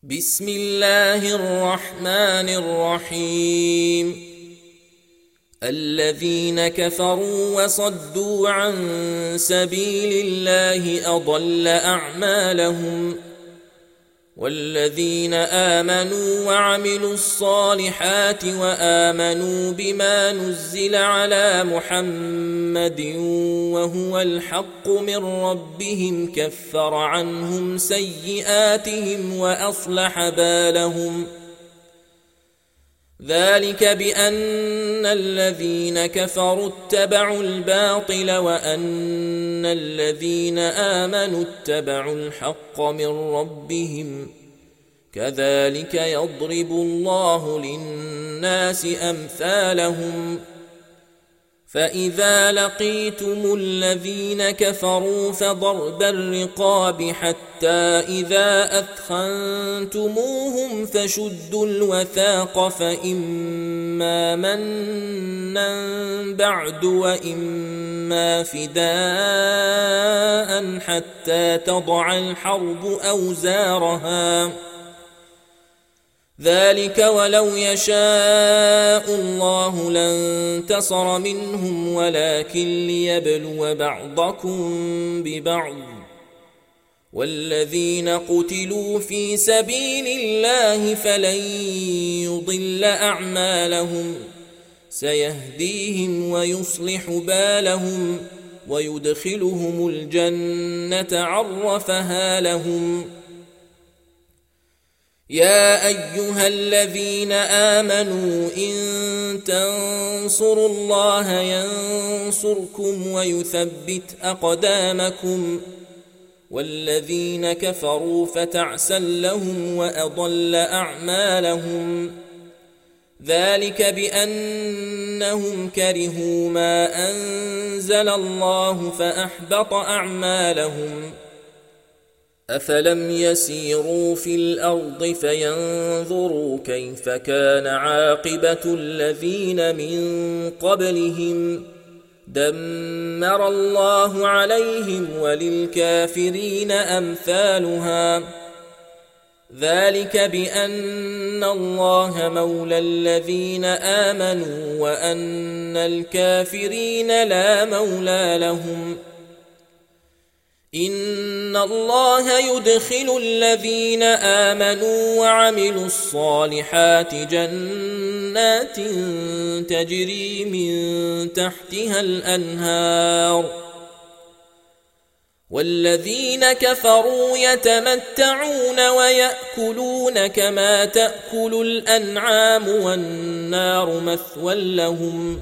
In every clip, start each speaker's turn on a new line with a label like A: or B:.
A: بسم الله الرحمن الرحيم. الذين كفروا وصدوا عن سبيل الله أضل أعمالهم، والذين آمنوا وعملوا الصالحات وآمنوا بما نزل على محمد وهو الحق من ربهم كفر عنهم سيئاتهم وأصلح بالهم. ذلك بأن الذين كفروا اتبعوا الباطل وأن الذين آمنوا اتبعوا الحق من ربهم، كذلك يضرب الله للناس أمثالهم. فإذا لقيتم الذين كفروا فضرب الرقاب حتى إذا أثخنتموهم فشدوا الوثاق، فإما منا بعد وإما فداء حتى تضع الحرب أوزارها. ذلك ولو يشاء الله لانتصر منهم ولكن ليبلو بعضكم ببعض. والذين قتلوا في سبيل الله فلن يضل أعمالهم، سيهديهم ويصلح بالهم ويدخلهم الجنة عرفها لهم. يا أيها الذين آمنوا إن تنصروا الله ينصركم ويثبت أقدامكم، والذين كفروا فتعسا لهم وأضل أعمالهم. ذلك بأنهم كرهوا ما أنزل الله فأحبط أعمالهم. أفلم يسيروا في الأرض فينظروا كيف كان عاقبة الذين من قبلهم، دمر الله عليهم وللكافرين أمثالها. ذلك بأن الله مولى الذين آمنوا وأن الكافرين لا مولى لهم. إن الله يدخل الذين آمنوا وعملوا الصالحات جنات تجري من تحتها الأنهار، والذين كفروا يتمتعون ويأكلون كما تأكل الأنعام والنار مثوى لهم.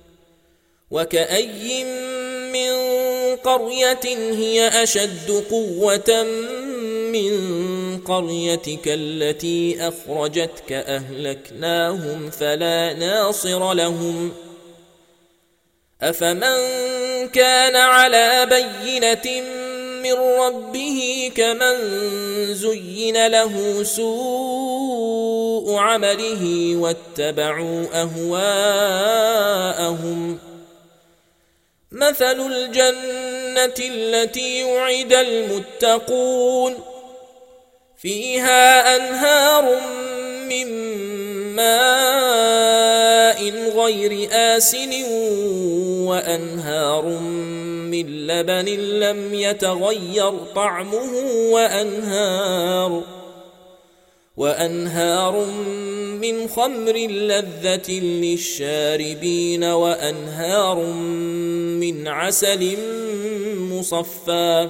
A: وكأي من قرية هي أشد قوة من قريتك التي أخرجتك أهلكناهم فلا ناصر لهم. أفمن كان على بينة من ربه كمن زين له سوء عمله واتبعوا أهواءهم. مثل الجنة التي وعد المتقون فيها أنهار من ماء غير آسن وأنهار من لبن لم يتغير طعمه وأنهار من خمر لذة للشاربين وأنهار من عسل مصفى،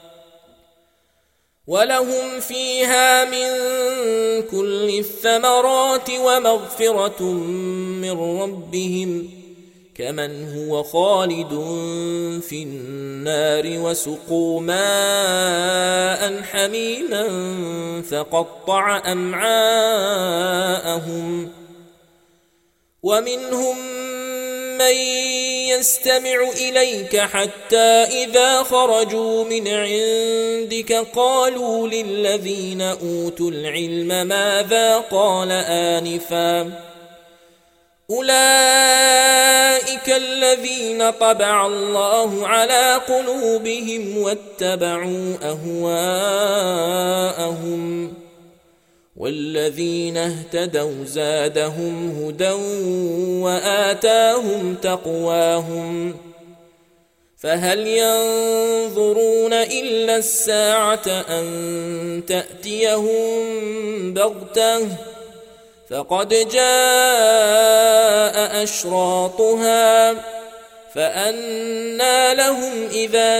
A: ولهم فيها من كل الثمرات ومغفرة من ربهم كمن هو خالد في النار وسقوا ماء حميما فقطع أمعاءهم. ومنهم من يستمع إليك حتى إذا خرجوا من عندك قالوا للذين أوتوا العلم ماذا قال آنفا، أولئك الذين طبع الله على قلوبهم واتبعوا أهواءهم والذين اهتدوا زادهم هدى وآتاهم تقواهم فهل ينظرون إلا الساعة أن تأتيهم بغتة فقد جاء أشراطها فأنى لهم إذا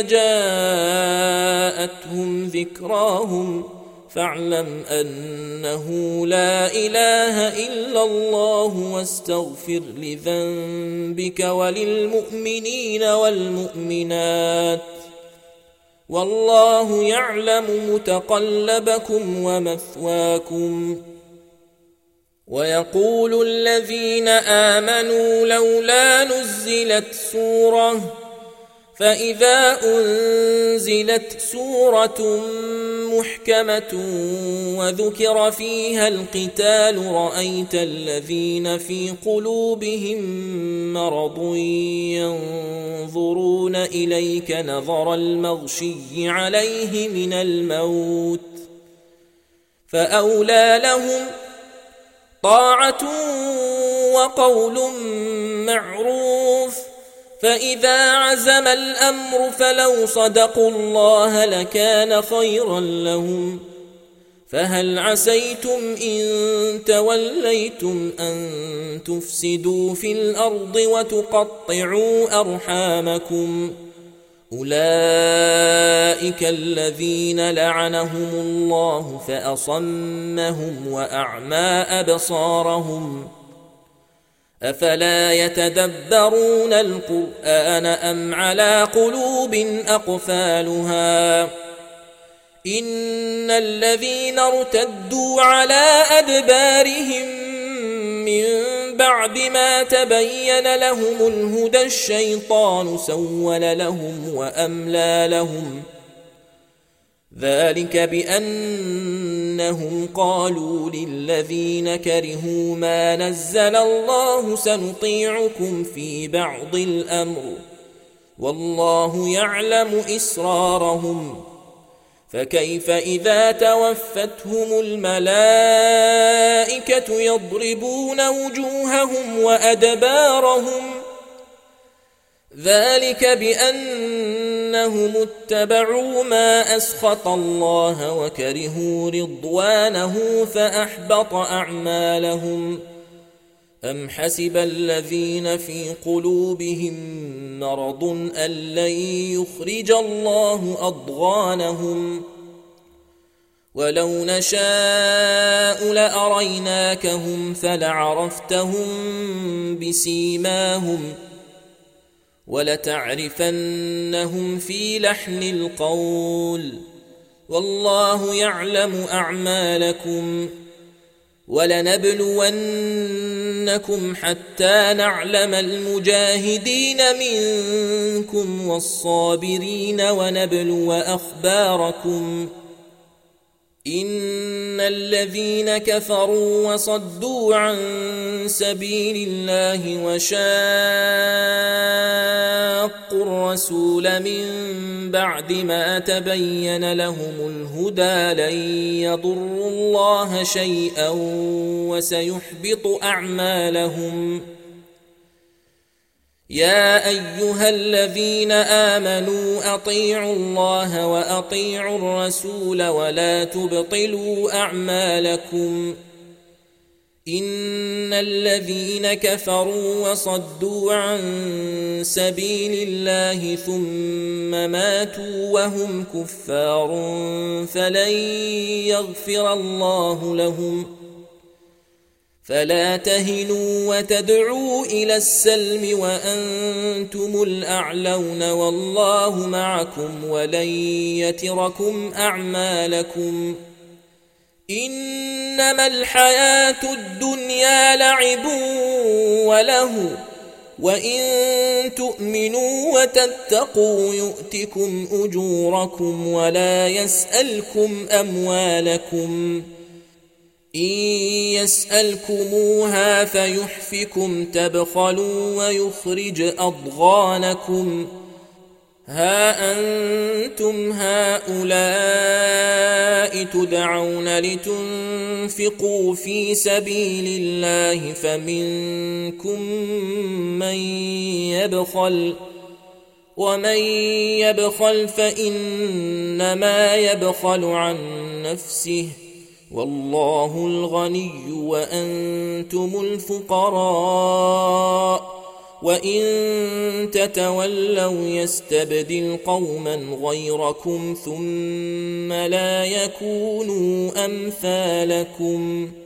A: جاءتهم ذكراهم فاعلم أنه لا إله إلا الله واستغفر لذنبك وللمؤمنين والمؤمنات والله يعلم متقلبكم ومثواكم. ويقول الذين آمنوا لولا نزلت سورة فإذا أنزلت سورة محكمة وذكر فيها القتال رأيت الذين في قلوبهم مرض ينظرون إليك نظر المغشي عليه من الموت فأولى لهم طاعة وقول معروف فإذا عزم الأمر فلو صدقوا الله لكان خيرا لهم فهل عسيتم إن توليتم أن تفسدوا في الأرض وتقطعوا أرحامكم أولئك الذين لعنهم الله فأصمهم وأعمى أبصارهم أفلا يتدبرون القرآن أم على قلوب أقفالها إن الذين ارتدوا على أدبارهم من بعد ما تبين لهم الهدى الشيطان سول لهم وأملى لهم ذلك بأنهم قالوا للذين كرهوا ما نزل الله سنطيعكم في بعض الأمر والله يعلم إسرارهم فكيف إذا توفتهم الملائكة يضربون وجوههم وأدبارهم ذلك بأنهم اتبعوا ما أسخط الله وكرهوا رضوانه فأحبط أعمالهم أم حسب الذين في قلوبهم مرض أن لن يخرج الله أضغانهم ولو نشاء لأريناكهم فلعرفتهم بسيماهم ولتعرفنهم في لحن القول والله يعلم أعمالكم ولنبلونكم حتى نعلم المجاهدين منكم والصابرين ونبلو أخباركم إن الذين كفروا وصدوا عن سبيل الله وشاقوا الرسول من بعد ما تبين لهم الهدى لن يضروا الله شيئا وسيحبط أعمالهم يا أيها الذين آمنوا أطيعوا الله وأطيعوا الرسول ولا تبطلوا أعمالكم إن الذين كفروا وصدوا عن سبيل الله ثم ماتوا وهم كفار فلن يغفر الله لهم فلا تهنوا وتدعوا إلى السلم وأنتم الأعلون والله معكم ولن يتركم أعمالكم إنما الحياة الدنيا لعب وله وإن تؤمنوا وتتقوا يؤتكم أجوركم ولا يسألكم أموالكم إن يسألكموها فيحفكم تبخلوا ويخرج أضغانكم ها أنتم هؤلاء تدعون لتنفقوا في سبيل الله فمنكم من يبخل ومن يبخل فإنما يبخل عن نفسه والله الغني وأنتم الفقراء وإن تتولوا يستبدل قوما غيركم ثم لا يكونوا أمثالكم